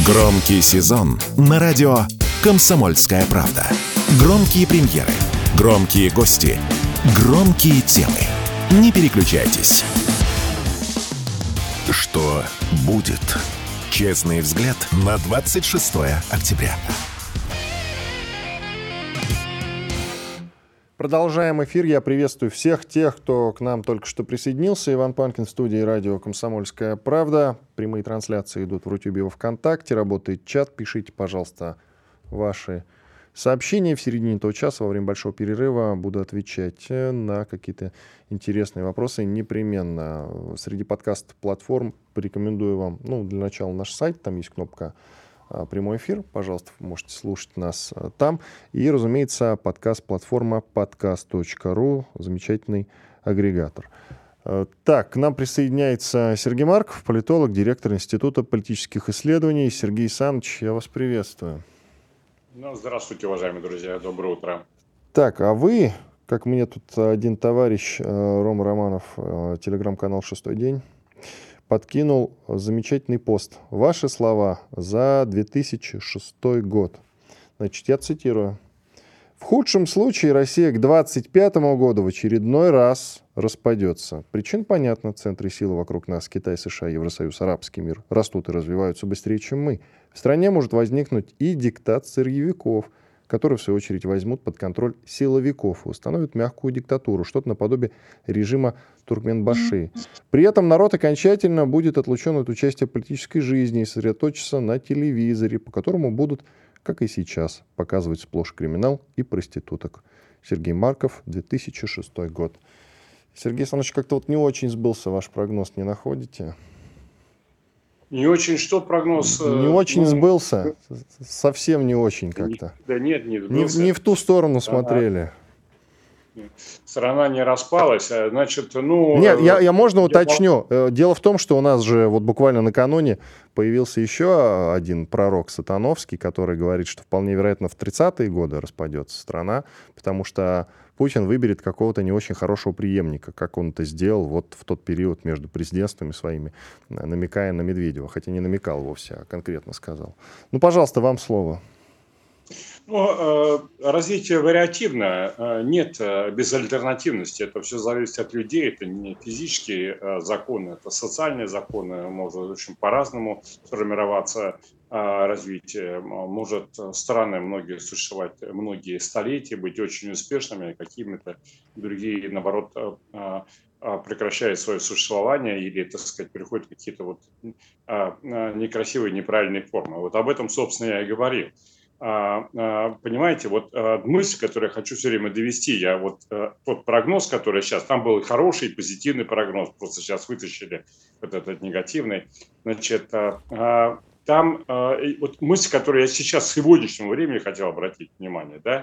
Громкий сезон на радио «Комсомольская правда». Громкие премьеры, громкие гости, громкие темы. Не переключайтесь. Что будет? Честный взгляд на 26 октября. Продолжаем эфир. Я приветствую всех тех, кто к нам только что присоединился. Иван Панкин в студии радио «Комсомольская правда». Прямые трансляции идут в Рутюбе и во ВКонтакте. Работает чат. Пишите, пожалуйста, ваши сообщения. В середине этого часа, во время большого перерыва, буду отвечать на какие-то интересные вопросы непременно. Среди подкаст-платформ порекомендую вам, для начала наш сайт. Там есть кнопка «Прямой эфир». Пожалуйста, вы можете слушать нас там. И, разумеется, подкаст-платформа podcast.ru. Замечательный агрегатор. Так, к нам присоединяется Сергей Марков, политолог, директор Института политических исследований. Сергей Александрович, я вас приветствую. Здравствуйте, уважаемые друзья. Доброе утро. Так, а вы, как мне тут один товарищ, Рома Романов, телеграм-канал «Шестой день», подкинул замечательный пост. Ваши слова за 2006 год. Значит, я цитирую. В худшем случае Россия к 2025 году в очередной раз распадется. Причин понятна. Центры силы вокруг нас, Китай, США, Евросоюз, арабский мир, растут и развиваются быстрее, чем мы. В стране может возникнуть и диктат сырьевиков, которые, в свою очередь, возьмут под контроль силовиков и установят мягкую диктатуру, что-то наподобие режима Туркменбаши. При этом народ окончательно будет отлучен от участия в политической жизни и сосредоточится на телевизоре, по которому будут, как и сейчас, показывать сплошь криминал и проституток. Сергей Марков, 2006 год. Сергей Александрович, как-то не очень сбылся ваш прогноз, не находите? Не очень что прогноз? Не очень сбылся. Совсем не очень как-то. Да нет, не сбылся. Не в ту сторону смотрели. Страна не распалась, значит, Нет, я можно уточню. Дело в том, что у нас же буквально накануне появился еще один пророк Сатановский, который говорит, что вполне вероятно в 30-е годы распадется страна, потому что Путин выберет какого-то не очень хорошего преемника, как он это сделал в тот период между президентствами своими, намекая на Медведева. Хотя не намекал вовсе, а конкретно сказал. Пожалуйста, вам слово. Развитие вариативно, нет безальтернативности. Это все зависит от людей, это не физические законы, это социальные законы. Может очень по-разному сформироваться развитие. Может страны многие существовать многие столетия, быть очень успешными, какими-то другие, наоборот, прекращают свое существование или, так сказать, приходят какие-то некрасивые, неправильные формы. Об этом, собственно, я и говорил. Понимаете, мысль, которую я хочу все время довести, тот прогноз, который сейчас, там был хороший, позитивный прогноз, просто сейчас вытащили этот негативный, значит, там мысль, которую я сейчас в сегодняшнем времени хотел обратить внимание, да,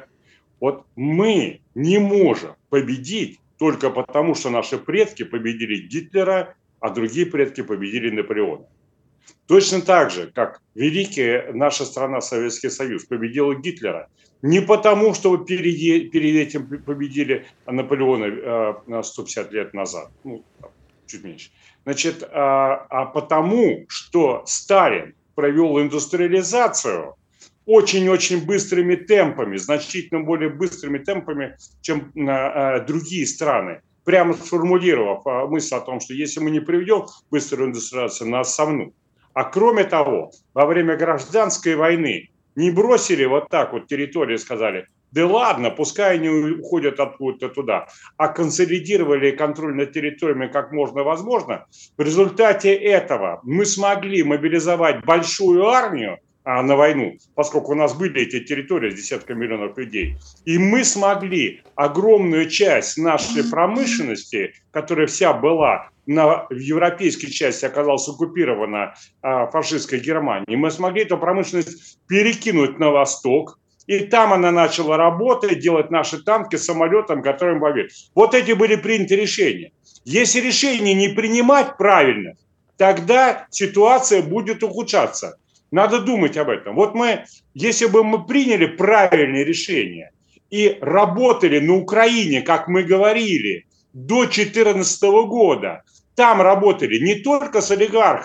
мы не можем победить только потому, что наши предки победили Гитлера, а другие предки победили Наполеона. Точно так же, как великая наша страна, Советский Союз, победила Гитлера. Не потому, что перед этим победили Наполеона 150 лет назад, чуть меньше. Значит, а потому, что Сталин провел индустриализацию очень-очень быстрыми темпами, значительно более быстрыми темпами, чем другие страны. Прямо сформулировав мысль о том, что если мы не приведем быструю индустриализацию, нас сомнут. А кроме того, во время гражданской войны не бросили территории, сказали, да ладно, пускай они уходят откуда-то туда, а консолидировали контроль над территориями как можно возможно. В результате этого мы смогли мобилизовать большую армию на войну, поскольку у нас были эти территории с десятками миллионов людей. И мы смогли огромную часть нашей промышленности, которая вся была в европейской части оказалась оккупирована фашистской Германией, мы смогли эту промышленность перекинуть на восток, и там она начала работать, делать наши танки самолетом, которым победили. Эти были приняты решения. Если решение не принимать правильно, тогда ситуация будет ухудшаться. Надо думать об этом. Если бы мы приняли правильное решение и работали на Украине, как мы говорили, до 2014 года, там работали не только с олигархами,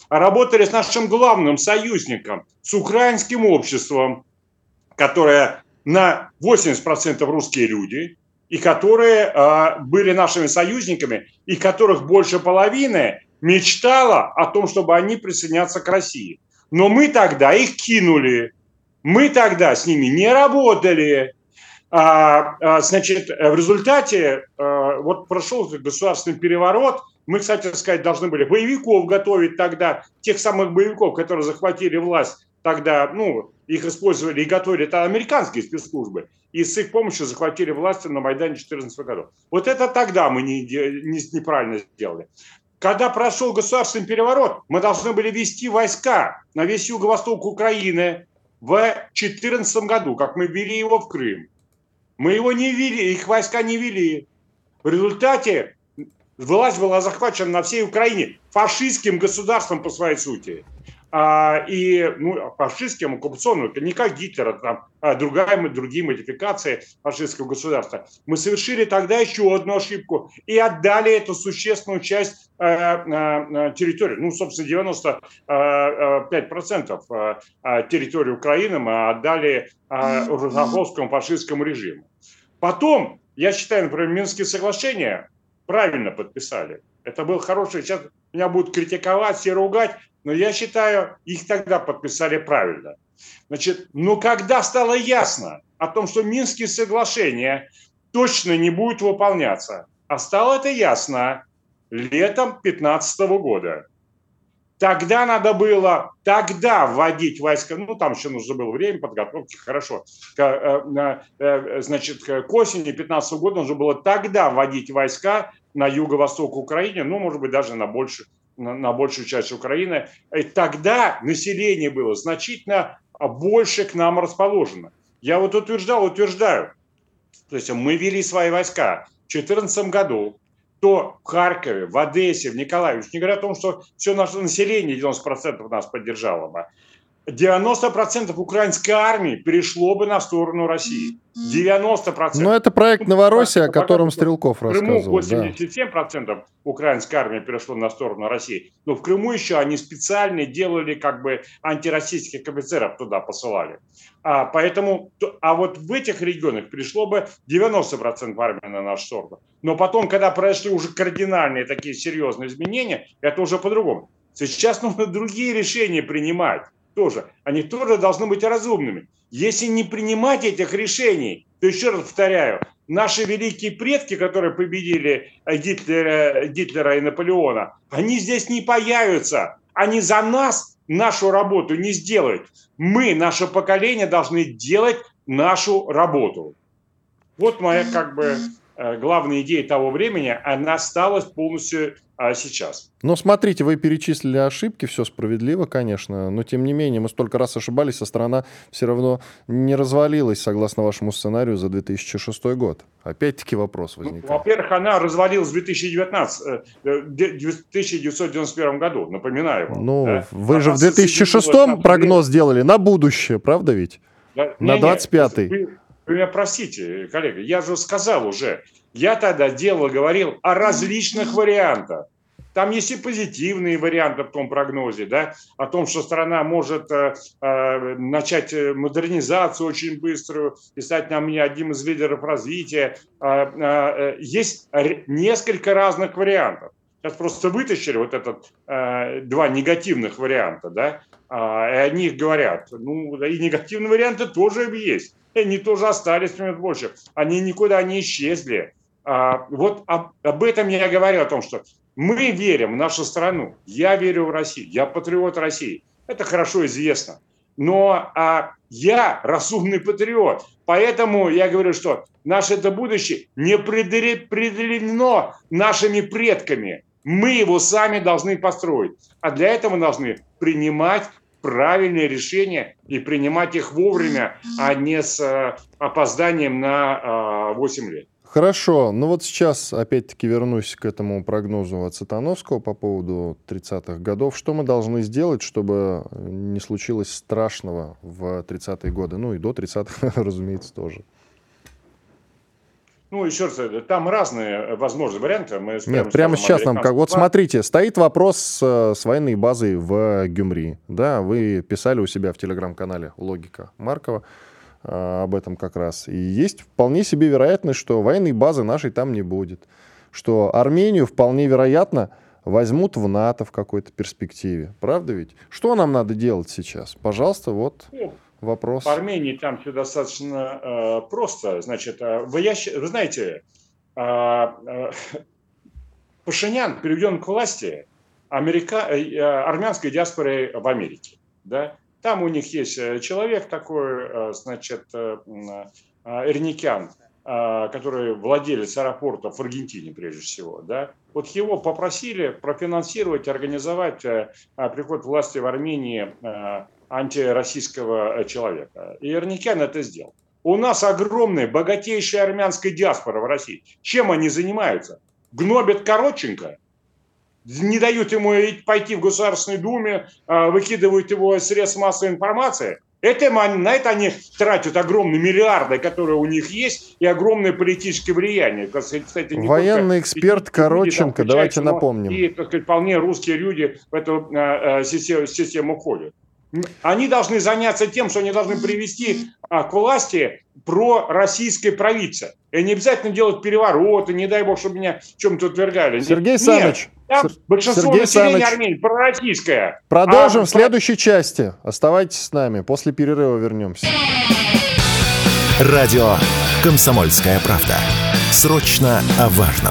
а работали с нашим главным союзником, с украинским обществом, которое на 80% русские люди, и которые были нашими союзниками, и которых больше половины мечтала о том, чтобы они присоединятся к России. Но мы тогда их кинули, мы тогда с ними не работали. Значит, в результате вот прошел государственный переворот. Мы, кстати сказать, должны были боевиков готовить тогда, тех самых боевиков, которые захватили власть тогда, ну, их использовали и готовили это американские спецслужбы, и с их помощью захватили власть на Майдане 2014 году. Вот это тогда мы неправильно сделали. Когда прошел государственный переворот, мы должны были вести войска на весь юго-восток Украины в 2014 году, как мы ввели его в Крым. Мы его не вели, их войска не вели. В результате власть была захвачена на всей Украине фашистским государством по своей сути. Фашистским, оккупационным, не как Гитлера, там другие модификации фашистского государства. Мы совершили тогда еще одну ошибку и отдали эту существенную часть территории, ну, собственно, 95% территории Украины мы отдали русофобскому фашистскому режиму. Потом, я считаю, например, Минские соглашения правильно подписали. Это был хороший, сейчас меня будут критиковать, все ругать, но я считаю, их тогда подписали правильно. Значит, но когда стало ясно о том, что Минские соглашения точно не будут выполняться, а стало это ясно летом 2015 года, тогда надо было вводить войска, ну там еще нужно было время подготовки, хорошо, значит, к осени 2015 года нужно было тогда вводить войска на юго-восток Украины, ну, может быть, даже на большую часть Украины. И тогда население было значительно больше к нам расположено. Я вот утверждаю, то есть мы вели свои войска в 2014 году, то в Харькове, в Одессе, в Николаеве, не говоря о том, что все наше население, 90% нас поддержало бы, 90% украинской армии перешло бы на сторону России. 90%. Но это проект «Новороссия», о котором Стрелков рассказывал. В Крыму 87% украинской армии перешло на сторону России. Но в Крыму еще они специально делали как бы антироссийских офицеров туда посылали. Поэтому, вот в этих регионах перешло бы 90% армии на нашу сторону. Но потом, когда произошли уже кардинальные такие серьезные изменения, это уже по-другому. Сейчас нужно другие решения принимать. Тоже. Они тоже должны быть разумными. Если не принимать этих решений, то, еще раз повторяю, наши великие предки, которые победили Гитлера и Наполеона, они здесь не появятся. Они за нас нашу работу не сделают. Мы, наше поколение, должны делать нашу работу. Вот моя как бы главная идея того времени, она осталась полностью сейчас. Но смотрите, вы перечислили ошибки, все справедливо, конечно, но тем не менее мы столько раз ошибались, а страна все равно не развалилась, согласно вашему сценарию, за 2006 год. Опять-таки вопрос возникает. Во-первых, она развалилась в 1991 году, напоминаю вам. Ну, да? Вы же в 2006 прогноз делали на будущее, правда ведь? Да, на 25-й. Вы меня простите, коллега, я же сказал уже, я тогда говорил о различных вариантах. Там есть и позитивные варианты в том прогнозе, да, о том, что страна может начать модернизацию очень быструю и стать одним из лидеров развития. Есть несколько разных вариантов. Сейчас просто вытащили вот этот два негативных варианта, да, и о них говорят. Ну, и негативные варианты тоже есть. И они тоже остались, например, больше. Они никуда не исчезли. Вот об этом я говорю, о том, что мы верим в нашу страну. Я верю в Россию. Я патриот России. Это хорошо известно. Но я разумный патриот. Поэтому я говорю, что наше это будущее не предопределено нашими предками. Мы его сами должны построить. А для этого мы должны принимать правильные решения и принимать их вовремя, а не с опозданием на 8 лет. Хорошо, ну вот сейчас опять-таки вернусь к этому прогнозу от Сатановского по поводу 30-х годов. Что мы должны сделать, чтобы не случилось страшного в 30-е годы? Ну и до 30-х, разумеется, тоже. еще раз, там разные возможные варианты. Нет, прямо сейчас нам как... Вот смотрите, стоит вопрос с военной базой в Гюмри. Да, вы писали у себя в телеграм-канале «Логика Маркова» об этом как раз. И есть вполне себе вероятность, что военной базы нашей там не будет. Что Армению вполне вероятно возьмут в НАТО в какой-то перспективе. Правда ведь? Что нам надо делать сейчас? Пожалуйста, вот вопрос. В Армении там все достаточно просто. Значит, вы знаете, Пашинян приведен к власти армянской диаспорой в Америке. Да? Там у них есть человек такой, значит, Эрникян, который владелец аэропортов в Аргентине, прежде всего. Да? Вот его попросили профинансировать, организовать приход власти в Армении антироссийского человека. И Эрникян это сделал. У нас огромная, богатейшая армянская диаспора в России. Чем они занимаются? Гнобят Коротченко, не дают ему пойти в Государственной Думе, выкидывают его из средств массовой информации. На это они тратят огромные миллиарды, которые у них есть, и огромное политическое влияние. Кстати, военный эксперт Коротченко, давайте напомним. И, так сказать, вполне русские люди в эту систему входят. Они должны заняться тем, что они должны привести к власти пророссийское правительство. И не обязательно делать перевороты, не дай бог, чтобы меня в чем-то утверждали. Сергей Саныч, большинство населения Армении пророссийское. Продолжим в следующей части. Оставайтесь с нами. После перерыва вернемся. Радио «Комсомольская правда». Срочно о важном.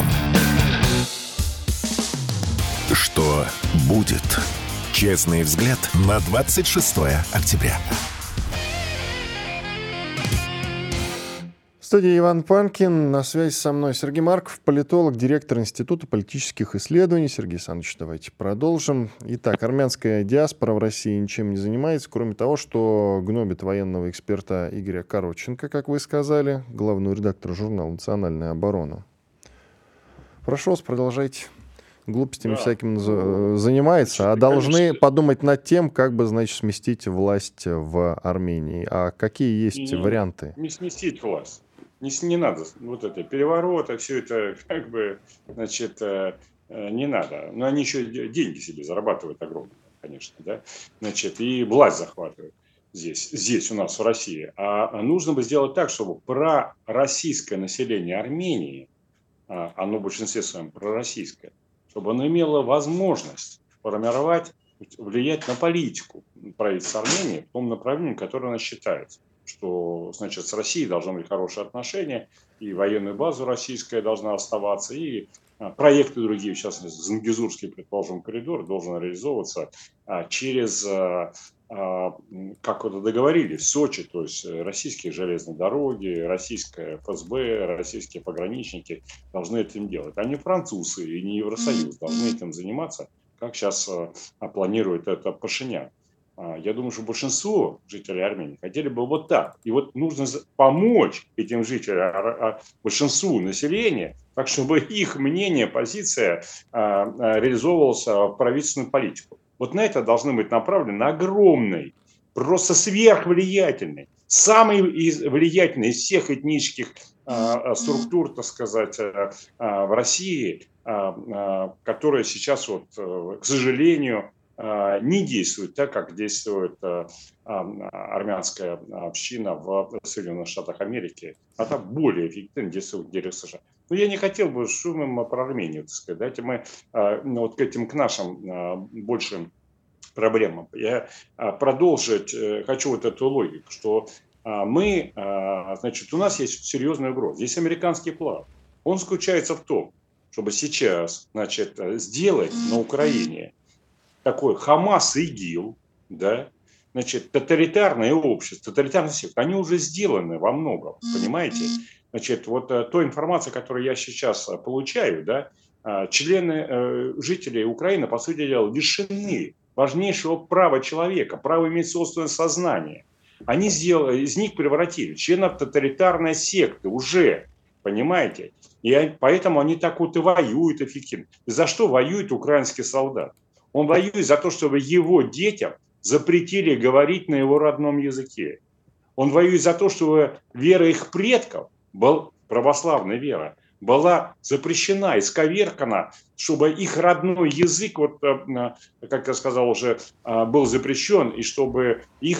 Что будет? Честный взгляд на 26 октября. В студии Иван Панкин. На связи со мной Сергей Марков, политолог, директор Института политических исследований. Сергей Александрович, давайте продолжим. Итак, армянская диаспора в России ничем не занимается, кроме того, что гнобит военного эксперта Игоря Коротченко, как вы сказали, главного редактора журнала «Национальная оборона». Прошу вас, продолжайте. Глупостями всяким занимается, а должны подумать над тем, как бы, значит, сместить власть в Армении. А какие есть варианты? Не сместить власть. Не надо вот это перевороты, все это как бы, значит, не надо. Но они еще деньги себе зарабатывают огромные, конечно, да, значит, и власть захватывают здесь у нас в России. А нужно бы сделать так, чтобы пророссийское население Армении, оно в большинстве своем пророссийское, чтобы оно имело возможность формировать, влиять на политику правительства Армении в том направлении, которое она считает, что, значит, с Россией должны быть хорошие отношения, и военная база российская должна оставаться, и проекты другие, в частности, Зангезурский, предположим, коридор должен реализовываться через, как вот договорились, в Сочи, то есть российские железные дороги, российское ФСБ, российские пограничники должны этим делать. А не французы и не Евросоюз должны этим заниматься, как сейчас планирует это Пашинян. Я думаю, что большинство жителей Армении хотели бы вот так. И вот нужно помочь этим жителям, большинству населения, так, чтобы их мнение, позиция реализовывалась в правительственную политику. Вот на это должны быть направлены огромный, просто сверхвлиятельный, самый влиятельный из всех этнических структур, так сказать, в России, которые сейчас, вот, к сожалению, не действует так, как действует армянская община в Соединенных Штатах Америки, а там более эффективно действует в США. Но я не хотел бы шумом про Армению, так сказать. Давайте мы вот к нашим большим проблемам. Я продолжить хочу вот эту логику, что мы, значит, у нас есть серьезная угроза. Есть американский план. Он заключается в том, чтобы сейчас, значит, сделать на Украине такой Хамас и ИГИЛ, да, значит, тоталитарное общество, тоталитарный сектор, они уже сделаны во многом, понимаете? Значит, вот той информация, которую я сейчас получаю, да, жители Украины, по сути дела, лишены важнейшего права человека, права иметь собственное сознание. Они из них превратили членов тоталитарной секты уже, понимаете? И поэтому они так вот и воюют эффективно. И за что воюет украинский солдат? Он воюет за то, чтобы его детям запретили говорить на его родном языке. Он воюет за то, чтобы вера их предков православная вера, была запрещена, исковеркана, чтобы их родной язык, вот, как я сказал уже, был запрещен, и чтобы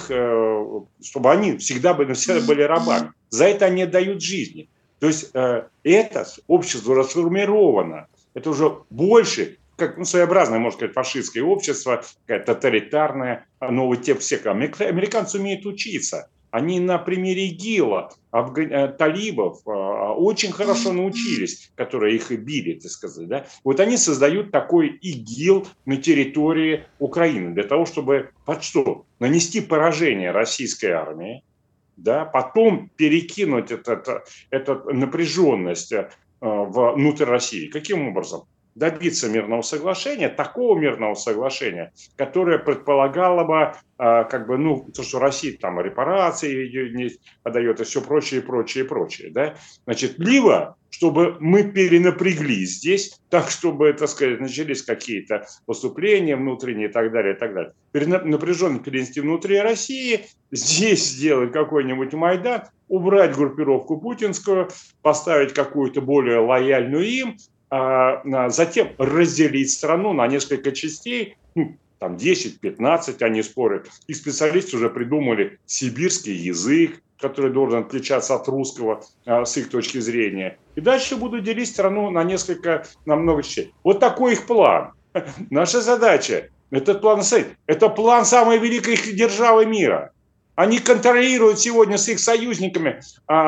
они всегда были рабами. За это они отдают жизни. То есть это общество расформировано. Это уже больше, как своеобразное, можно сказать, фашистское общество, тоталитарное, новый тип всех. Американцы умеют учиться. Они на примере ИГИЛа, талибов очень хорошо научились, которые их и били, так сказать. Да? Вот они создают такой ИГИЛ на территории Украины для того, чтобы нанести поражение российской армии, да? Потом перекинуть эту напряженность внутрь России. Каким образом? Добиться мирного соглашения, такого мирного соглашения, которое предполагало бы, то, что Россия там репарации не подает, и все прочее, прочее, прочее. Да? Значит, либо, чтобы мы перенапряглись здесь, так, чтобы, так сказать, начались какие-то поступления внутренние и так далее, и так далее. Напряженно перенести внутри России, здесь сделать какой-нибудь Майдан, убрать группировку путинскую, поставить какую-то более лояльную им, затем разделить страну на несколько частей, там 10-15 они спорят. И специалисты уже придумали сибирский язык, который должен отличаться от русского с их точки зрения. И дальше будут делить страну на много частей. Вот такой их план. Наша задача, этот план, это план самой великой державы мира. Они контролируют сегодня с их союзниками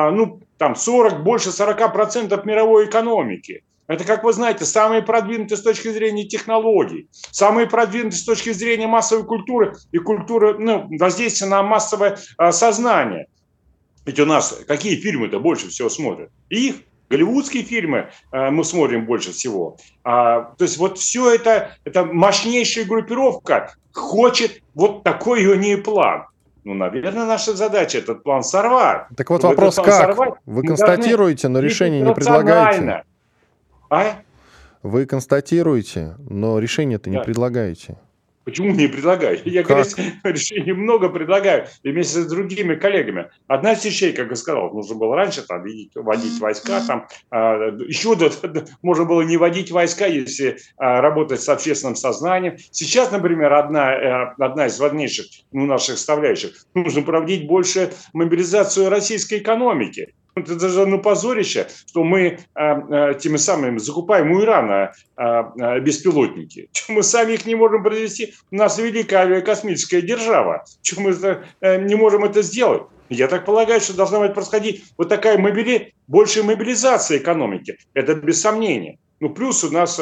больше 40% мировой экономики. Это, как вы знаете, самые продвинутые с точки зрения технологий, самые продвинутые с точки зрения массовой культуры и культуры воздействия на массовое сознание. Ведь у нас какие фильмы-то больше всего смотрят? Их голливудские фильмы мы смотрим больше всего. То есть вот все это мощнейшая группировка хочет вот такой ее план. Наверное, наша задача этот план сорвать. Так вот вопрос как? Вы констатируете, но решение не предлагаете. Вы констатируете, но решение-то не предлагаете. Почему не предлагаю? Я, говорю, решений много предлагаю, и вместе с другими коллегами. Одна из вещей, как я сказал, нужно было раньше вводить войска, еще можно было не вводить войска, если работать с общественным сознанием. Сейчас, например, одна из важнейших наших составляющих, нужно проводить больше мобилизацию российской экономики. Это даже позорище, что мы теми самыми закупаем у Ирана беспилотники. Мы сами их не можем произвести. У нас великая авиакосмическая держава. Почему мы не можем это сделать? Я так полагаю, что должна происходить вот такая большая мобилизация экономики. Это без сомнения. Плюс у нас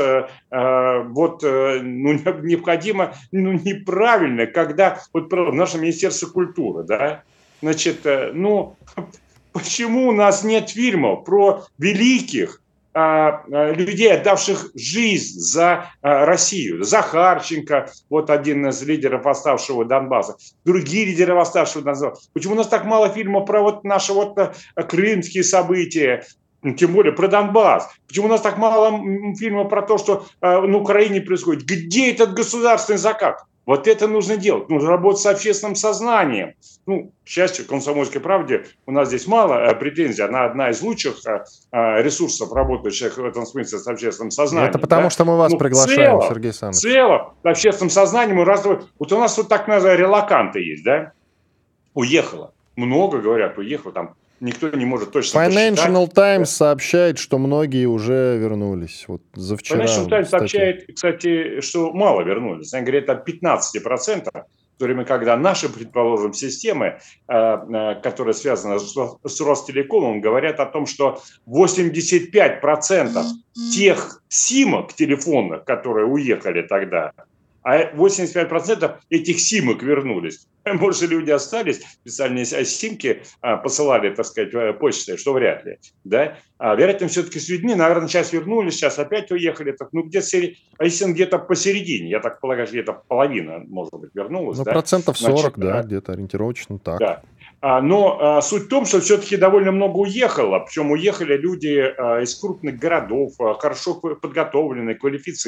необходимо, неправильно, когда наше Министерство культуры, да, значит, почему у нас нет фильмов про великих людей, отдавших жизнь за Россию? Захарченко, вот один из лидеров восставшего Донбасса, другие лидеры восставшего Донбасса. Почему у нас так мало фильмов про наши крымские события, тем более про Донбасс? Почему у нас так мало фильмов про то, что на Украине происходит? Где этот государственный закат? Вот это нужно делать. Нужно работать с общественным сознанием. К счастью, к «Комсомольской правде» у нас здесь мало претензий. Она одна из лучших ресурсов, работающих в этом смысле с общественным сознанием. Это потому, что мы вас приглашаем, Сергей Александрович. В целом, с общественным сознанием вот у нас так называемые релоканты есть, да? Уехало. Много, говорят, уехало там. Никто не может точно Financial Times сообщает, что многие уже вернулись. Вот за вчера. Financial Times сообщает, кстати, что мало вернулись. Они говорят о 15%, в то время, когда наши, предположим, системы, которые связаны с Ростелекомом, говорят о том, что 85% тех симок телефонных, которые уехали тогда, а 85% этих симок вернулись. Может, люди остались, специальные симки посылали, так сказать, почтой, что вряд ли. Да? Вероятно, все-таки с людьми, наверное, сейчас вернулись, сейчас опять уехали. Если где-то посередине, я так полагаю, где-то половина, может быть, вернулась. Процентов 40, где-то ориентировочно так. Да. Но суть в том, что все-таки довольно много уехало. Причем уехали люди из крупных городов, хорошо подготовленные,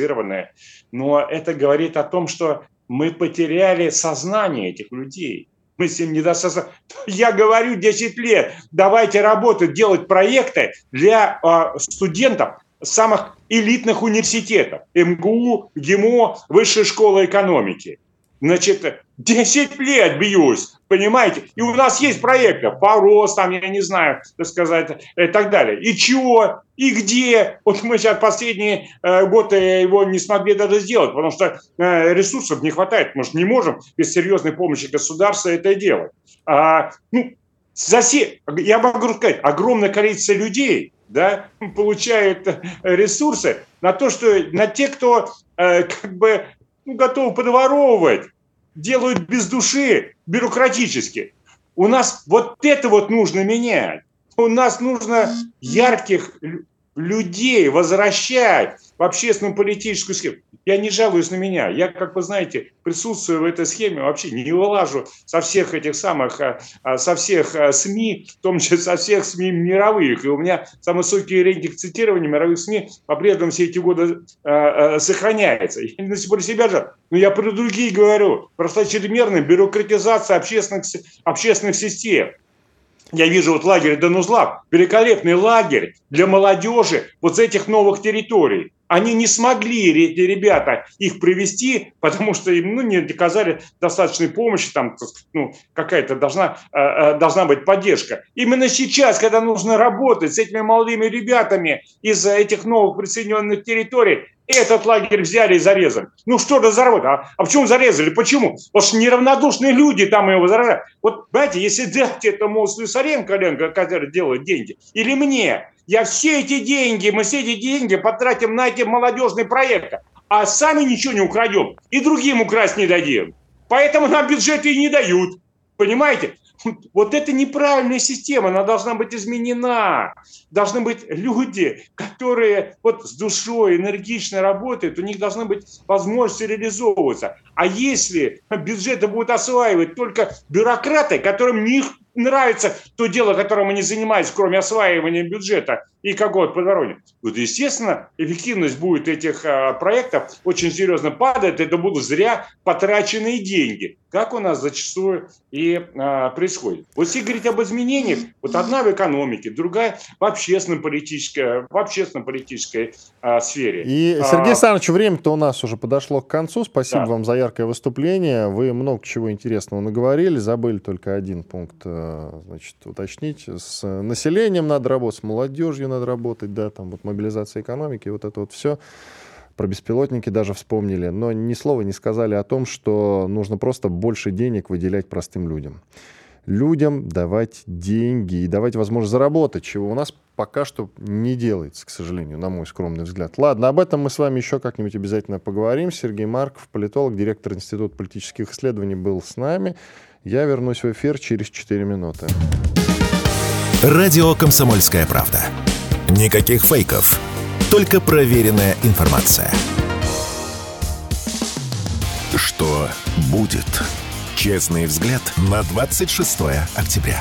квалифицированные. Но это говорит о том, что мы потеряли сознание этих людей. Мы с ним недостаточно. Я говорю 10 лет, давайте работать, делать проекты для студентов самых элитных университетов. МГУ, ГИМО, Высшая школа экономики. Значит, 10 лет бьюсь, понимаете? И у нас есть проекты, ПАРОС, там, я не знаю, так сказать, и так далее. И чего? И где? Вот мы сейчас последний год его не смогли даже сделать, потому что ресурсов не хватает. Мы же не можем без серьезной помощи государства это делать. Я могу сказать, огромное количество людей, да, получают ресурсы на то, что на тех, кто готовы подворовывать, делают без души, бюрократически. У нас вот это вот нужно менять. У нас нужно ярких людей возвращать в общественную политическую схему. Я не жалуюсь на меня. Я, как вы знаете, присутствую в этой схеме, вообще не вылажу со всех этих самых, со всех СМИ, в том числе со всех СМИ мировых. И у меня самый высокий рейтинг цитирования мировых СМИ по-прежнему все эти годы сохраняется. Я не про себя же, но я про другие говорю. Просто чрезмерная бюрократизация общественных систем. Я вижу вот лагерь Донузлав, великолепный лагерь для молодежи вот с этих новых территорий. Они не смогли, эти ребята, их привести, потому что им не оказали достаточной помощи, там какая-то должна быть поддержка. Именно сейчас, когда нужно работать с этими молодыми ребятами из этих новых присоединенных территорий, этот лагерь взяли и зарезали. Что разорвать? А почему зарезали? Почему? Потому что неравнодушные люди там его заражают. Вот, знаете, если дать этому Слюсаренко, который делает деньги, или мне, мы все эти деньги потратим на эти молодежные проекты, а сами ничего не украдем и другим украсть не дадим. Поэтому нам бюджеты и не дают. Понимаете? Вот это неправильная система, она должна быть изменена. Должны быть люди, которые вот с душой энергично работают, у них должны быть возможности реализовываться. А если бюджеты будут осваивать только бюрократы, которым не нравится то дело, которым они занимаются, кроме осваивания бюджета и какого-то подворовывания, вот, естественно, эффективность будет этих проектов очень серьезно падает, это будут зря потраченные деньги, как у нас зачастую и происходит. Вот если говорить об изменениях, вот одна в экономике, другая в общественно-политической сфере. И, Сергей Александрович, время-то у нас уже подошло к концу. Спасибо вам за яркое выступление. Вы много чего интересного наговорили. Забыли только один пункт уточнить. С населением надо работать, с молодежью надо работать, да, там вот мобилизация экономики, вот это вот все. Про беспилотники даже вспомнили. Но ни слова не сказали о том, что нужно просто больше денег выделять простым людям. Людям давать деньги и давать возможность заработать, чего у нас пока что не делается, к сожалению, на мой скромный взгляд. Ладно, об этом мы с вами еще как-нибудь обязательно поговорим. Сергей Марков, политолог, директор Института политических исследований, был с нами. Я вернусь в эфир через 4 минуты. Радио «Комсомольская правда». Никаких фейков, только проверенная информация. Что будет? Честный взгляд на 26 октября.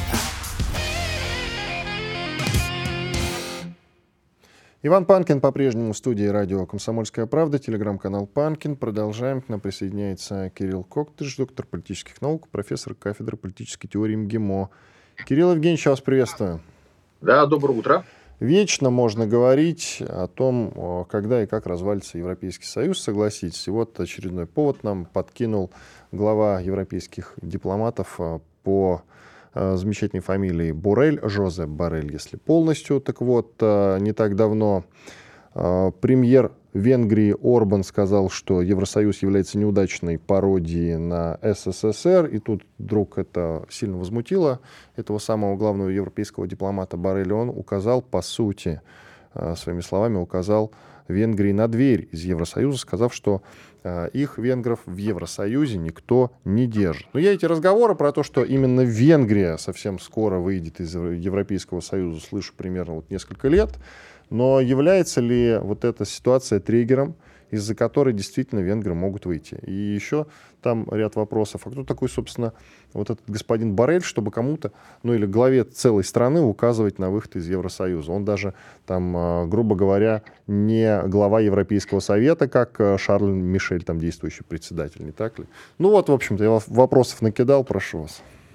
Иван Панкин по-прежнему в студии радио «Комсомольская правда», телеграм-канал «Панкин». Продолжаем. К нам присоединяется Кирилл Коктыш, доктор политических наук, профессор кафедры политической теории МГИМО. Кирилл Евгеньевич, я вас приветствую. Да, доброе утро. Вечно можно говорить о том, когда и как развалится Европейский Союз, согласитесь. И вот очередной повод нам подкинул глава европейских дипломатов по замечательной фамилии Боррель, Жозеп Боррель, если полностью. Так вот, не так давно премьер Венгрии Орбан сказал, что Евросоюз является неудачной пародией на СССР, и тут вдруг это сильно возмутило этого самого главного европейского дипломата Борреля. Он указал, по сути, своими словами, указал Венгрии на дверь из Евросоюза, сказав, что их, венгров, в Евросоюзе никто не держит. Но я эти разговоры про то, что именно Венгрия совсем скоро выйдет из Европейского Союза, слышу примерно вот несколько лет. Но является ли вот эта ситуация триггером, из-за которой действительно венгры могут выйти? И еще там ряд вопросов. А кто такой, собственно, вот этот господин Боррель, чтобы кому-то, или главе целой страны указывать на выход из Евросоюза? Он даже, там, грубо говоря, не глава Европейского совета, как Шарль Мишель, там, действующий председатель, не так ли? В общем-то, я вопросов накидал, прошу вас.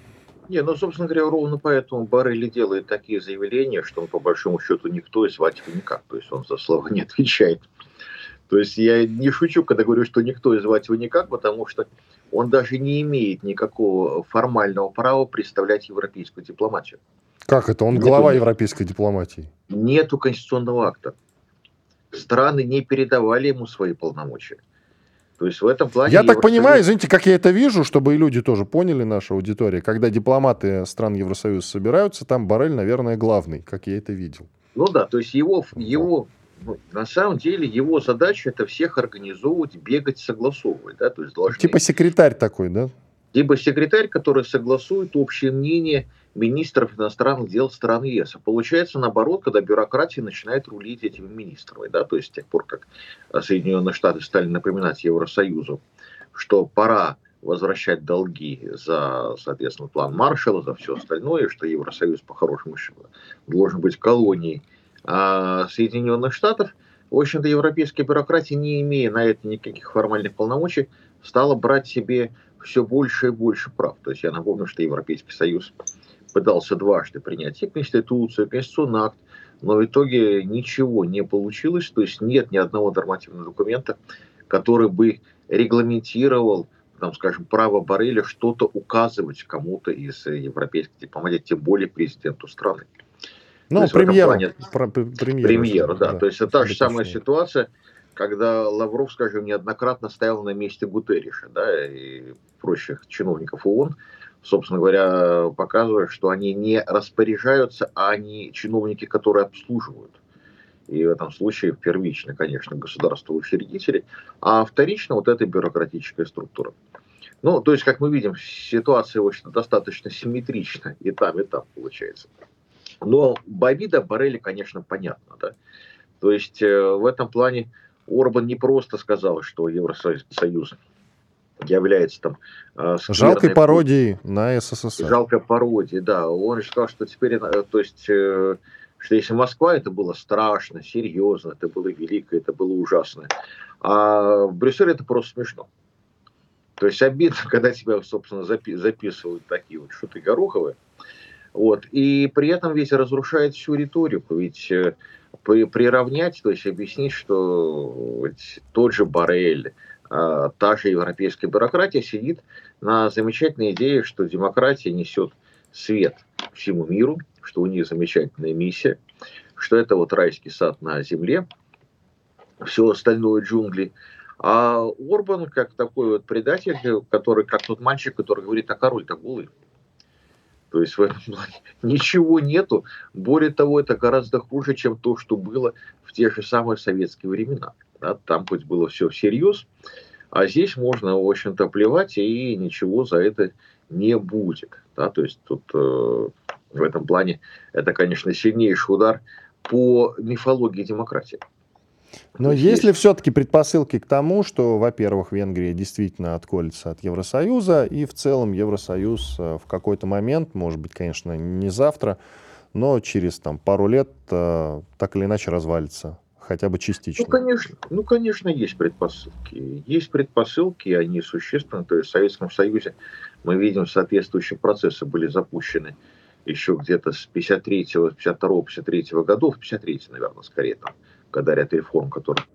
Не, ну, собственно говоря, ровно поэтому Боррелли делает такие заявления, что он, по большому счету, никто и звать его никак. То есть он за слова не отвечает. То есть я не шучу, когда говорю, что никто и звать его никак, потому что он даже не имеет никакого формального права представлять европейскую дипломатию. Как это? Он глава европейской дипломатии. Нету конституционного акта. Страны не передавали ему свои полномочия. То есть в этом плане... Я так понимаю, извините, как я это вижу, чтобы и люди тоже поняли, наша аудитория, когда дипломаты стран Евросоюза собираются, там Боррель, наверное, главный, как я это видел. Ну да, то есть его на самом деле его задача это всех организовывать, бегать, согласовывать. Да? То есть должны... Типа секретарь такой, да? Либо секретарь, который согласует общее мнение министров иностранных дел стран ЕС. А получается наоборот, когда бюрократия начинает рулить этими министрами. Да? То есть с тех пор, как Соединенные Штаты стали напоминать Евросоюзу, что пора возвращать долги за, соответственно, план Маршалла, за все остальное, что Евросоюз по-хорошему должен быть колонией Соединенных Штатов, в общем-то, европейская бюрократия, не имея на это никаких формальных полномочий, стала брать себе все больше и больше прав. То есть я напомню, что Европейский Союз пытался дважды принять и Конституцию, и Конституционный акт, но в итоге ничего не получилось. То есть нет ни одного нормативного документа, который бы регламентировал, там, скажем, право Борреля что-то указывать кому-то из европейской дипломатии, тем более президенту страны. Ну, премьеру, да. То есть это та же самая ситуация, когда Лавров, скажем, неоднократно стоял на месте Гутерриша, да, и прочих чиновников ООН, собственно говоря, показывая, что они не распоряжаются, а они чиновники, которые обслуживают. И в этом случае первично, конечно, государство-учредители, а вторично вот эта бюрократическая структура. Ну, то есть, как мы видим, ситуация, в общем, достаточно симметрична и там получается. Но обида Борреля, конечно, понятна. Да? То есть в этом плане Орбан не просто сказал, что Евросоюз является там жалкой пародией на СССР. Жалкой пародией, да. Он же сказал, что теперь, то есть, что если Москва, это было страшно, серьезно, это было великое, это было ужасно. А в Брюсселе это просто смешно. То есть обидно, когда тебя, собственно, записывают такие вот шуты гороховые. Вот. И при этом ведь разрушает всю риторику. Ведь приравнять, то есть объяснить, что тот же Боррель, та же европейская бюрократия сидит на замечательной идее, что демократия несет свет всему миру, что у них замечательная миссия, что это вот райский сад на земле, все остальное джунгли. А Орбан как такой вот предатель, который, как тот мальчик, который говорит, а король-то голый. То есть в этом плане ничего нету. Более того, это гораздо хуже, чем то, что было в те же самые советские времена. Да, там хоть было все всерьез, а здесь можно, в общем-то, плевать, и ничего за это не будет. Да, то есть тут в этом плане это, конечно, сильнейший удар по мифологии демократии. Но есть ли все-таки предпосылки к тому, что, во-первых, Венгрия действительно отколется от Евросоюза, и в целом Евросоюз в какой-то момент, может быть, конечно, не завтра, но через пару лет так или иначе развалится, хотя бы частично? Ну, конечно, есть предпосылки. Есть предпосылки, и они существенны. То есть в Советском Союзе мы видим, соответствующие процессы были запущены еще где-то с 53-го, 52-го, 53-го годов, 53-й, наверное, скорее там, когда ряд реформ, которые...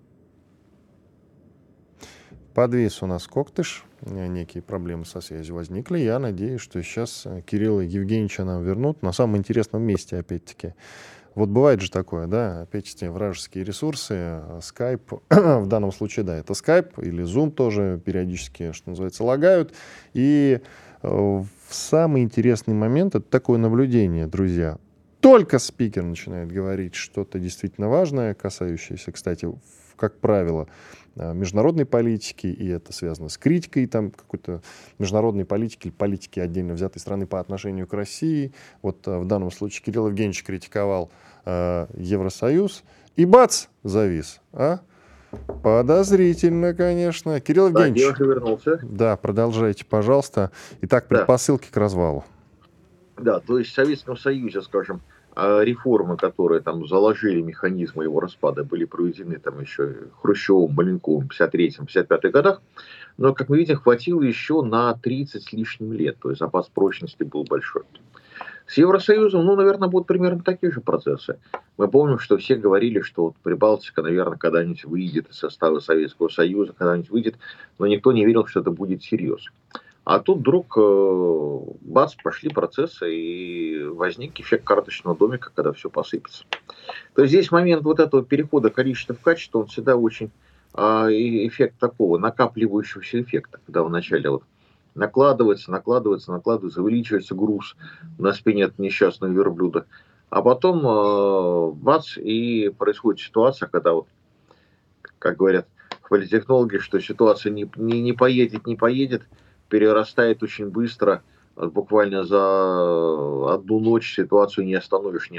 Подвис у нас Коктыш, некие проблемы со связью возникли. Я надеюсь, что сейчас Кирилла Евгеньевича нам вернут на самом интересном месте, опять-таки. Вот бывает же такое, да, опять-таки вражеские ресурсы, Skype, в данном случае, да, это Skype или Zoom тоже периодически, что называется, лагают. И в самый интересный момент это такое наблюдение, друзья. Только спикер начинает говорить что-то действительно важное, касающееся, кстати, как правило, международной политики, и это связано с критикой какой-то международной политики или политики отдельно взятой страны по отношению к России. Вот в данном случае Кирилл Евгеньевич критиковал Евросоюз, и бац, завис. Подозрительно, конечно. Кирилл Евгеньевич. Да, я уже вернулся. Да, продолжайте, пожалуйста. Итак, предпосылки к развалу. Да, то есть в Советском Союзе, скажем, реформы, которые там заложили механизмы его распада, были проведены там еще Хрущевым, Маленковым в 1953-1955 годах, но, как мы видим, хватило еще на 30 с лишним лет, то есть запас прочности был большой. С Евросоюзом, наверное, будут примерно такие же процессы. Мы помним, что все говорили, что вот Прибалтика, наверное, когда-нибудь выйдет из состава Советского Союза, когда-нибудь выйдет, но никто не верил, что это будет всерьез. А тут вдруг, бац, пошли процессы, и возник эффект карточного домика, когда все посыпется. То есть здесь момент вот этого перехода количества в качество, он всегда очень эффект такого накапливающегося эффекта, когда вначале вот накладывается, увеличивается груз на спине этого несчастного верблюда. А потом, бац, и происходит ситуация, когда вот, как говорят политтехнологи, что ситуация не поедет, перерастает очень быстро, буквально за одну ночь ситуацию не остановишь.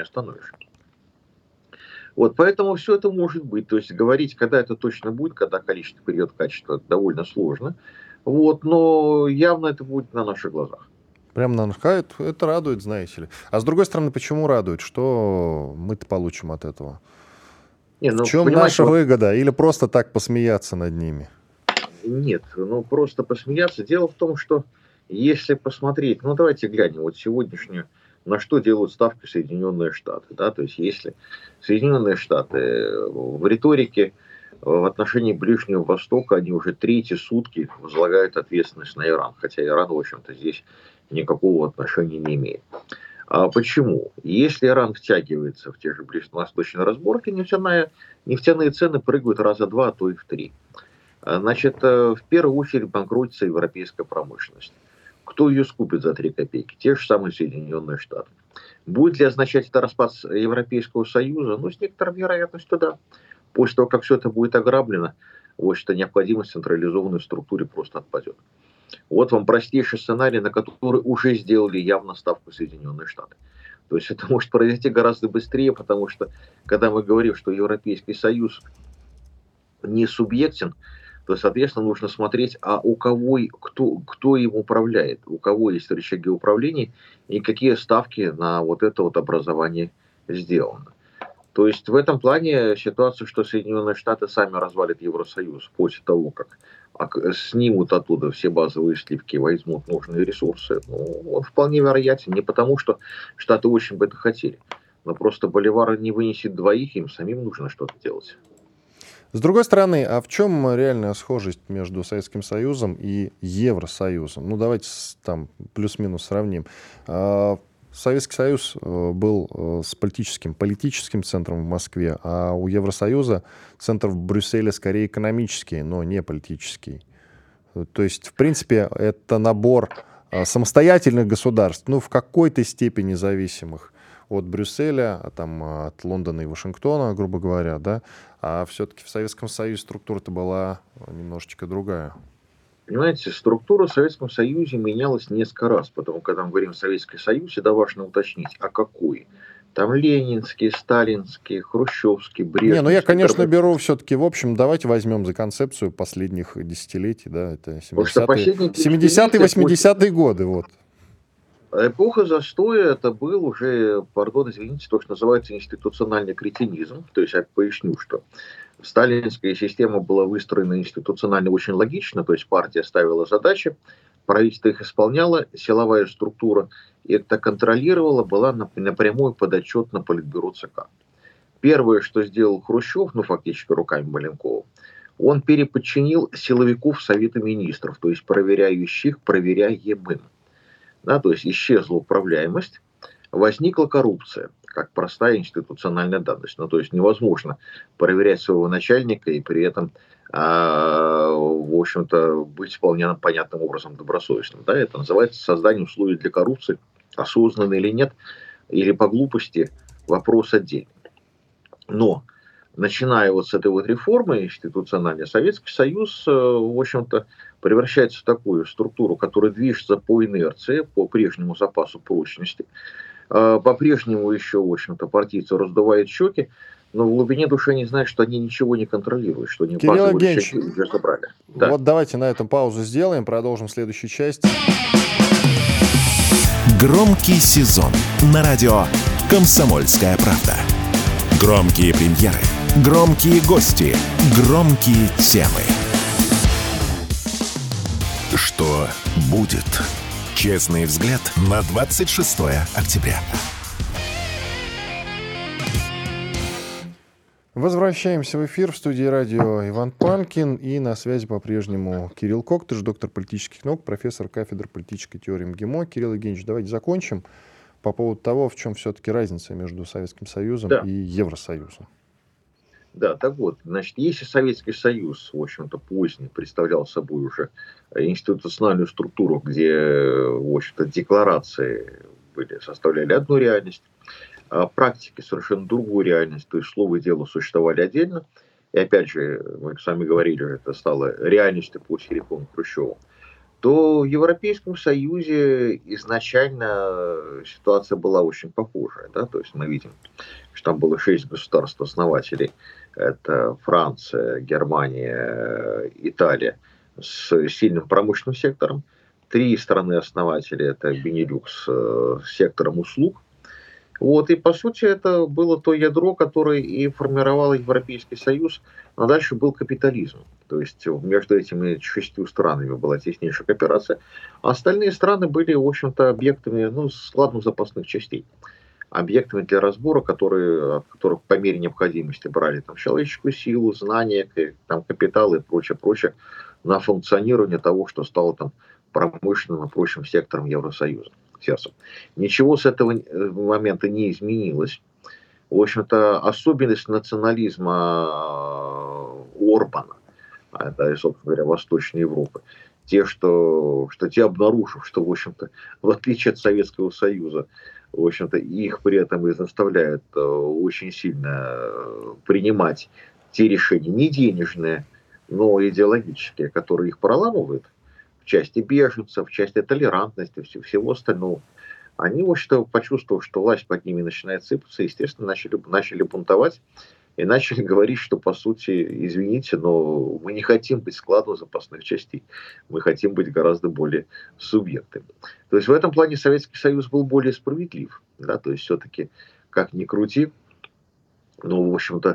Вот, поэтому все это может быть. То есть говорить, когда это точно будет, когда количество перейдет в качество, довольно сложно. Вот, но явно это будет на наших глазах. Прям на наших. Это радует, знаете ли. А с другой стороны, почему радует? Что мы-то получим от этого? В чем наша выгода? Или просто так посмеяться над ними? Нет, просто посмеяться. Дело в том, что если посмотреть, давайте глянем вот сегодняшнюю, на что делают ставки Соединенные Штаты. Да? То есть если Соединенные Штаты в риторике в отношении Ближнего Востока, они уже третьи сутки возлагают ответственность на Иран, хотя Иран, в общем-то, здесь никакого отношения не имеет. А почему? Если Иран втягивается в те же ближневосточные разборки, нефтяные цены прыгают раза два, а то и в три. Значит, в первую очередь банкротится европейская промышленность. Кто ее скупит за 3 копейки? Те же самые Соединенные Штаты. Будет ли означать это распад Европейского Союза? С некоторой вероятностью, да. После того, как все это будет ограблено, вот что необходимость в централизованной структуре просто отпадет. Вот вам простейший сценарий, на который уже сделали явно ставку Соединенные Штаты. То есть это может произойти гораздо быстрее, потому что когда мы говорим, что Европейский Союз не субъектен, то, соответственно, нужно смотреть, а у кого, кто им управляет, у кого есть рычаги управления и какие ставки на вот это вот образование сделаны. То есть в этом плане ситуация, что Соединенные Штаты сами развалят Евросоюз после того, как снимут оттуда все базовые сливки и возьмут нужные ресурсы, он вполне вероятен. Не потому, что Штаты очень бы это хотели, но просто Боливар не вынесет двоих, им самим нужно что-то делать. С другой стороны, а в чем реальная схожесть между Советским Союзом и Евросоюзом? Давайте там плюс-минус сравним. Советский Союз был с политическим центром в Москве, а у Евросоюза центр в Брюсселе скорее экономический, но не политический. То есть, в принципе, это набор самостоятельных государств, в какой-то степени зависимых от Брюсселя, от Лондона и Вашингтона, грубо говоря, да, а все-таки в Советском Союзе структура-то была немножечко другая. Понимаете, структура в Советском Союзе менялась несколько раз, потому когда мы говорим Советский Союз, всегда важно уточнить, а какой? Там ленинский, сталинский, хрущевский, брежневский. Я, конечно, беру все-таки, в общем, давайте возьмем за концепцию последних десятилетий, да, это 70-е, 80-е годы, вот. Эпоха застоя, это был уже, извините, то, что называется институциональный кретинизм. То есть я поясню, что сталинская система была выстроена институционально очень логично, то есть партия ставила задачи, правительство их исполняло, силовая структура это контролировала, была напрямую подотчетна Политбюро ЦК. Первое, что сделал Хрущев, фактически руками Маленкова, он переподчинил силовиков Совета Министров, то есть проверяющих проверяемым. Да, то есть исчезла управляемость, возникла коррупция, как простая институциональная данность. То есть невозможно проверять своего начальника и при этом, в общем-то, быть вполне понятным образом добросовестным. Да, это называется создание условий для коррупции, осознанно или нет, или по глупости, вопрос отдельный. Но начиная вот с этой вот реформы институциональной, Советский Союз, в общем-то, превращается в такую структуру, которая движется по инерции, по прежнему запасу прочности. По-прежнему еще, в общем-то, партийцы раздувают щеки, но в глубине души они знают, что они ничего не контролируют, что они базовые рычаги уже собрали. Да. Вот давайте на этом паузу сделаем, продолжим в следующей части. Громкий сезон на радио «Комсомольская правда». Громкие премьеры, громкие гости, громкие темы. Что будет? Честный взгляд на 26 октября. Возвращаемся в эфир. В студии радио Иван Панкин. И на связи по-прежнему Кирилл Коктыш, доктор политических наук, профессор кафедры политической теории МГИМО. Кирилл Евгеньевич, давайте закончим по поводу того, в чем все-таки разница между Советским Союзом и Евросоюзом. Да, так вот, значит, если Советский Союз, в общем-то, поздний, представлял собой уже институциональную структуру, где, в общем-то, декларации составляли одну реальность, а практики совершенно другую реальность, то есть слово и дело существовали отдельно, и опять же, мы с вами говорили, это стало реальностью после реформы Хрущева, то в Европейском Союзе изначально ситуация была очень похожая. Да? То есть мы видим, что там было 6 государств-основателей. Это Франция, Германия, Италия с сильным промышленным сектором. 3 страны-основатели, это Бенилюкс с сектором услуг. Вот, и по сути это было то ядро, которое и формировало Европейский Союз, а дальше был капитализм. То есть между этими 6 странами была теснейшая кооперация, а остальные страны были, в общем-то, объектами складов запасных частей. Объектами для разбора, от которых по мере необходимости брали там, человеческую силу, знания, там, капитал и прочее, на функционирование того, что стало там, промышленным и прочим сектором Евросоюза. Ничего с этого момента не изменилось. В общем-то, особенность национализма Орбана, это, собственно говоря, Восточной Европы, те, обнаружив, что, в общем-то, в отличие от Советского Союза, в общем-то, их при этом и заставляют очень сильно принимать те решения, не денежные, но идеологические, которые их проламывают, в части беженцев, в части толерантности, всего остального. Они, в общем-то, почувствовав, что власть под ними начинает сыпаться, естественно, начали бунтовать и начали говорить, что, по сути, извините, но мы не хотим быть складом запасных частей, мы хотим быть гораздо более субъектами. То есть в этом плане Советский Союз был более справедлив. Да? То есть все-таки, как ни крути, в общем-то,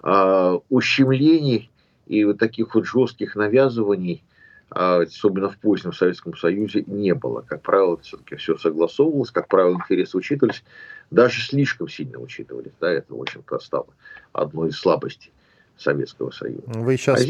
ущемлений и вот таких вот жестких навязываний, особенно в позднем Советском Союзе, не было. Как правило, все-таки все согласовывалось, как правило, интересы учитывались, даже слишком сильно учитывались. Да, это, в общем-то, стало одной из слабостей Советского Союза. Вы сейчас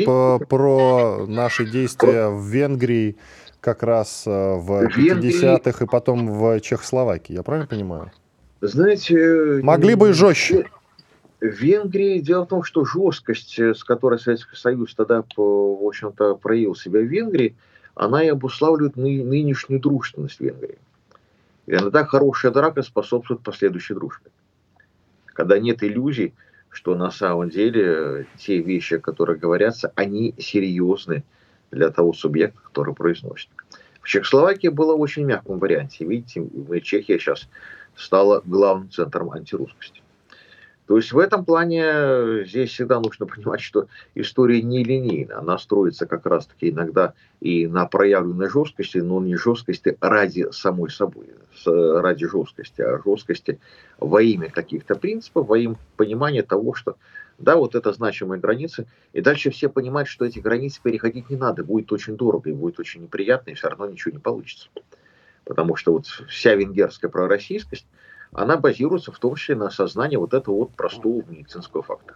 про наши действия в Венгрии, как раз в 50-х и потом в Чехословакии, я правильно понимаю? Знаете... Могли бы и жестче. В Венгрии дело в том, что жесткость, с которой Советский Союз тогда, в общем-то, проявил себя в Венгрии, она и обуславливает нынешнюю дружественность Венгрии. И иногда хорошая драка способствует последующей дружбе. Когда нет иллюзий, что на самом деле те вещи, которые говорятся, они серьезны для того субъекта, который произносит. В Чехословакии было в очень мягком варианте. Видите, Чехия сейчас стала главным центром антирусскости. То есть в этом плане здесь всегда нужно понимать, что история не линейна. Она строится как раз-таки иногда и на проявленной жесткости, но не жесткости ради самой собой, ради жесткости, а жесткости во имя каких-то принципов, во имя понимания того, что да, вот это значимые границы, и дальше все понимают, что эти границы переходить не надо, будет очень дорого и будет очень неприятно, и все равно ничего не получится. Потому что вот вся венгерская пророссийскость, она базируется в том числе на осознании вот этого вот простого медицинского факта.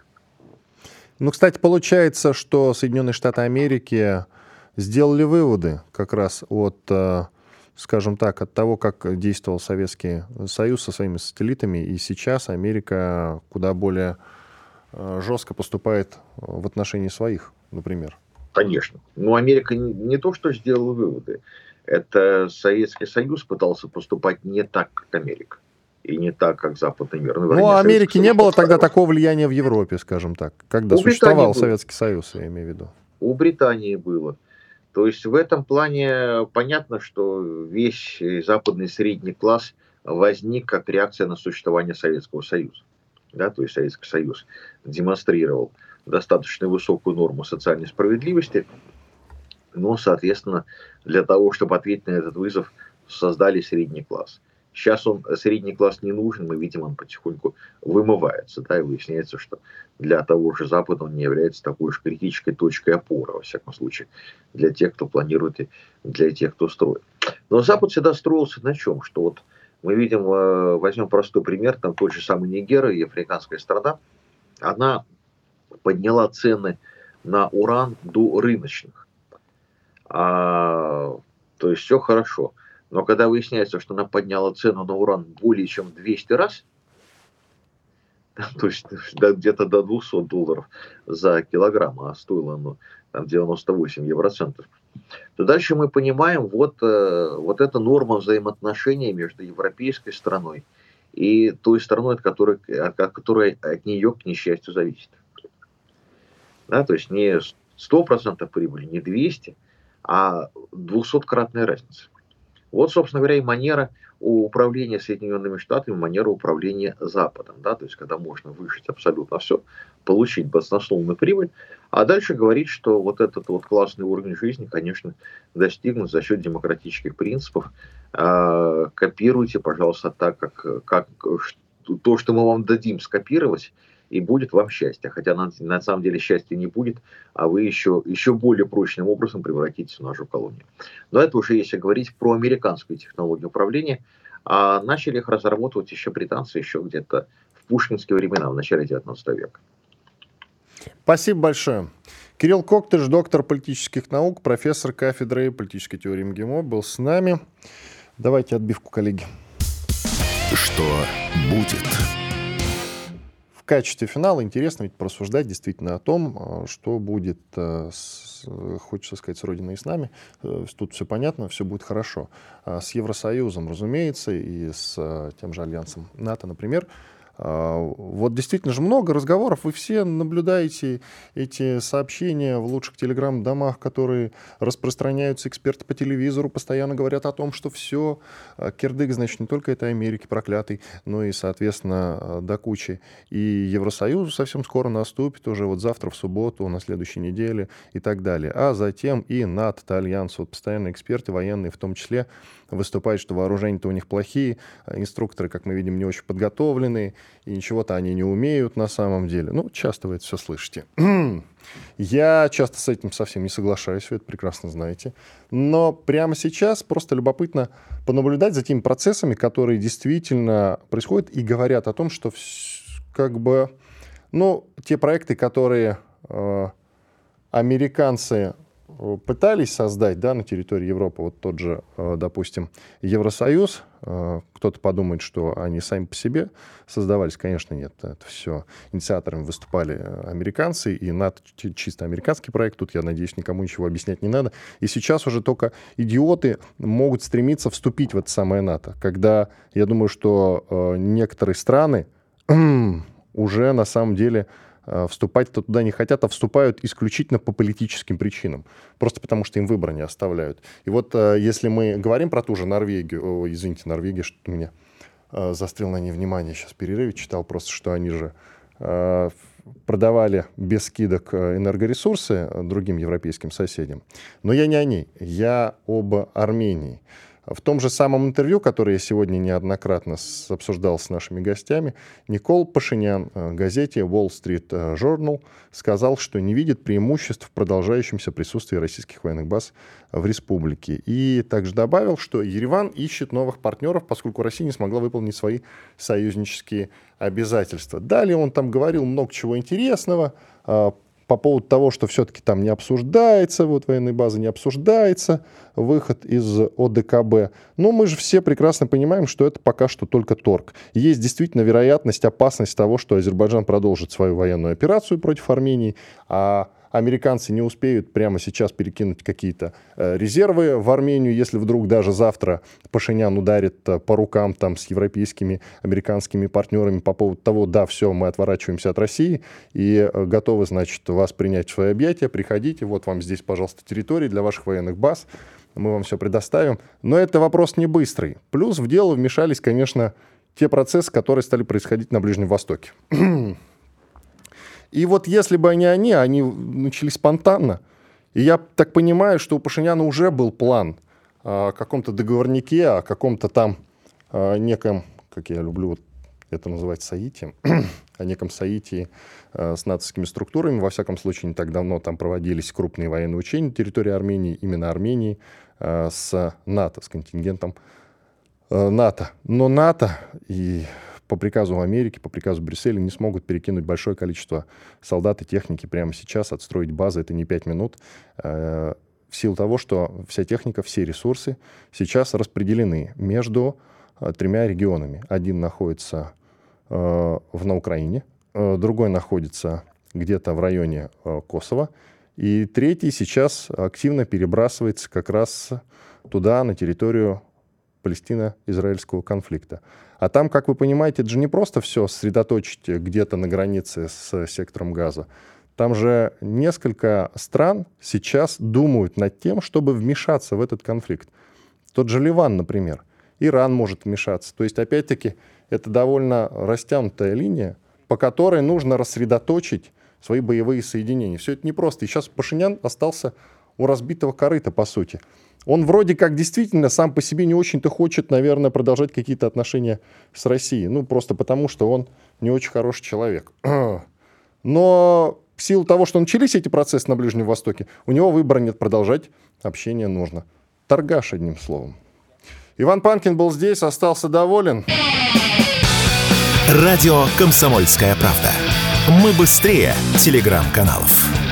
Кстати, получается, что Соединенные Штаты Америки сделали выводы как раз от, скажем так, от того, как действовал Советский Союз со своими сателлитами, и сейчас Америка куда более жестко поступает в отношении своих, например. Конечно. Но Америка не то, что сделала выводы. Это Советский Союз пытался поступать не так, как Америка. И не так, как западный мир. А Америки не было тогда такого влияния в Европе, скажем так, когда существовал Советский Союз, я имею в виду. У Британии было. То есть в этом плане понятно, что весь западный средний класс возник как реакция на существование Советского Союза. Да, то есть Советский Союз демонстрировал достаточно высокую норму социальной справедливости, но, соответственно, для того, чтобы ответить на этот вызов, создали средний класс. Сейчас он, средний класс, не нужен, мы видим, он потихоньку вымывается, да, и выясняется, что для того же Запада он не является такой уж критической точкой опоры, во всяком случае, для тех, кто планирует и для тех, кто строит. Но Запад всегда строился на чем? Что вот мы видим, возьмем простой пример, там тот же самый Нигер и африканская страна, она подняла цены на уран до рыночных. То есть все хорошо. Но когда выясняется, что она подняла цену на уран более чем в 200 раз, то есть где-то до $200 за килограмм, а стоило оно там 98 евроцентов, то дальше мы понимаем, вот эта норма взаимоотношений между европейской страной и той страной, от которой от нее, к несчастью, зависит. Да, то есть не 100% прибыли, не 200, а 200-кратная разница. Вот, собственно говоря, и манера управления Соединенными Штатами, манера управления Западом. Да? То есть, когда можно выжить абсолютно все, получить баснословную прибыль, а дальше говорить, что вот этот вот классный уровень жизни, конечно, достигнут за счет демократических принципов. Копируйте, пожалуйста, так, как то, что мы вам дадим скопировать, и будет вам счастье. Хотя на самом деле счастья не будет, а вы еще более прочным образом превратитесь в нашу колонию. Но это уже если говорить про американскую технологию управления. А начали их разработать еще британцы еще где-то в пушкинские времена, в начале 19 века. Спасибо большое. Кирилл Коктыш, доктор политических наук, профессор кафедры политической теории МГИМО, был с нами. Давайте отбивку, коллеги. Что будет? В качестве финала интересно ведь порассуждать действительно о том, что будет, хочется сказать, с Родиной и с нами. Тут все понятно, все будет хорошо. С Евросоюзом, разумеется, и с тем же альянсом НАТО, например. Вот действительно же много разговоров, вы все наблюдаете эти сообщения в лучших телеграм-домах, которые распространяются, эксперты по телевизору постоянно говорят о том, что все, кирдык, значит, не только это Америки проклятый, но и, соответственно, до кучи. И Евросоюз совсем скоро наступит, уже вот завтра, в субботу, на следующей неделе и так далее. А затем и НАТО, альянс, вот постоянно эксперты военные в том числе выступают, что вооружения-то у них плохие, инструкторы, как мы видим, не очень подготовленные, и ничего-то они не умеют на самом деле. Ну, часто вы это все слышите. Я часто с этим совсем не соглашаюсь, вы это прекрасно знаете. Но прямо сейчас просто любопытно понаблюдать за теми процессами, которые действительно происходят и говорят о том, что как бы, ну, те проекты, которые американцы пытались создать, да, на территории Европы, вот тот же, допустим, Евросоюз, кто-то подумает, что они сами по себе создавались. Конечно, нет, это все инициаторами выступали американцы, и НАТО чисто американский проект, тут, я надеюсь, никому ничего объяснять не надо. И сейчас уже только идиоты могут стремиться вступить в это самое НАТО, когда, я думаю, что некоторые страны уже на самом деле вступать-то туда не хотят, а вступают исключительно по политическим причинам. Просто потому, что им выбора не оставляют. И вот если мы говорим про ту же Норвегию, извините, Норвегия, что-то у меня застрял на ней внимание, сейчас в перерыве читал просто, что они же продавали без скидок энергоресурсы другим европейским соседям. Но я не о ней, я об Армении. В том же самом интервью, которое я сегодня неоднократно обсуждал с нашими гостями, Никол Пашинян газете Wall Street Journal сказал, что не видит преимуществ в продолжающемся присутствии российских военных баз в республике. И также добавил, что Ереван ищет новых партнеров, поскольку Россия не смогла выполнить свои союзнические обязательства. Далее он там говорил много чего интересного, по поводу того, что все-таки там не обсуждается, вот военной базы не обсуждается, выход из ОДКБ. Но мы же все прекрасно понимаем, что это пока что только торг. Есть действительно вероятность, опасность того, что Азербайджан продолжит свою военную операцию против Армении, а американцы не успеют прямо сейчас перекинуть какие-то резервы в Армению, если вдруг даже завтра Пашинян ударит по рукам там с европейскими, американскими партнерами по поводу того, да, все, мы отворачиваемся от России и готовы, значит, вас принять в свои объятия, приходите, вот вам здесь, пожалуйста, территории для ваших военных баз, мы вам все предоставим. Но это вопрос не быстрый. Плюс в дело вмешались, конечно, те процессы, которые стали происходить на Ближнем Востоке. И вот если бы они начались спонтанно, и я так понимаю, что у Пашиняна уже был план о каком-то договорнике, о каком-то там о неком, как я люблю это называть, соитии, о неком соитии с натовскими структурами. Во всяком случае, не так давно там проводились крупные военные учения на территории Армении, именно Армении, с НАТО, с контингентом НАТО. Но НАТО и по приказу Америки, по приказу Брюсселя не смогут перекинуть большое количество солдат и техники прямо сейчас, отстроить базы, это не 5 минут, в силу того, что вся техника, все ресурсы сейчас распределены между 3 регионами. Один находится на Украине, другой находится где-то в районе Косово, и третий сейчас активно перебрасывается как раз туда, на территорию палестино-израильского конфликта. А там, как вы понимаете, это же не просто все сосредоточить где-то на границе с сектором Газа. Там же несколько стран сейчас думают над тем, чтобы вмешаться в этот конфликт. Тот же Ливан, например. Иран может вмешаться. То есть, опять-таки, это довольно растянутая линия, по которой нужно рассредоточить свои боевые соединения. Все это непросто. И сейчас Пашинян остался у разбитого корыта, по сути. Он вроде как действительно сам по себе не очень-то хочет, наверное, продолжать какие-то отношения с Россией. Ну, просто потому, что он не очень хороший человек. Но в силу того, что начались эти процессы на Ближнем Востоке, у него выбора нет, продолжать общение нужно. Торгаш, одним словом. Иван Панкин был здесь, остался доволен. Радио «Комсомольская правда». Мы быстрее телеграм-каналов.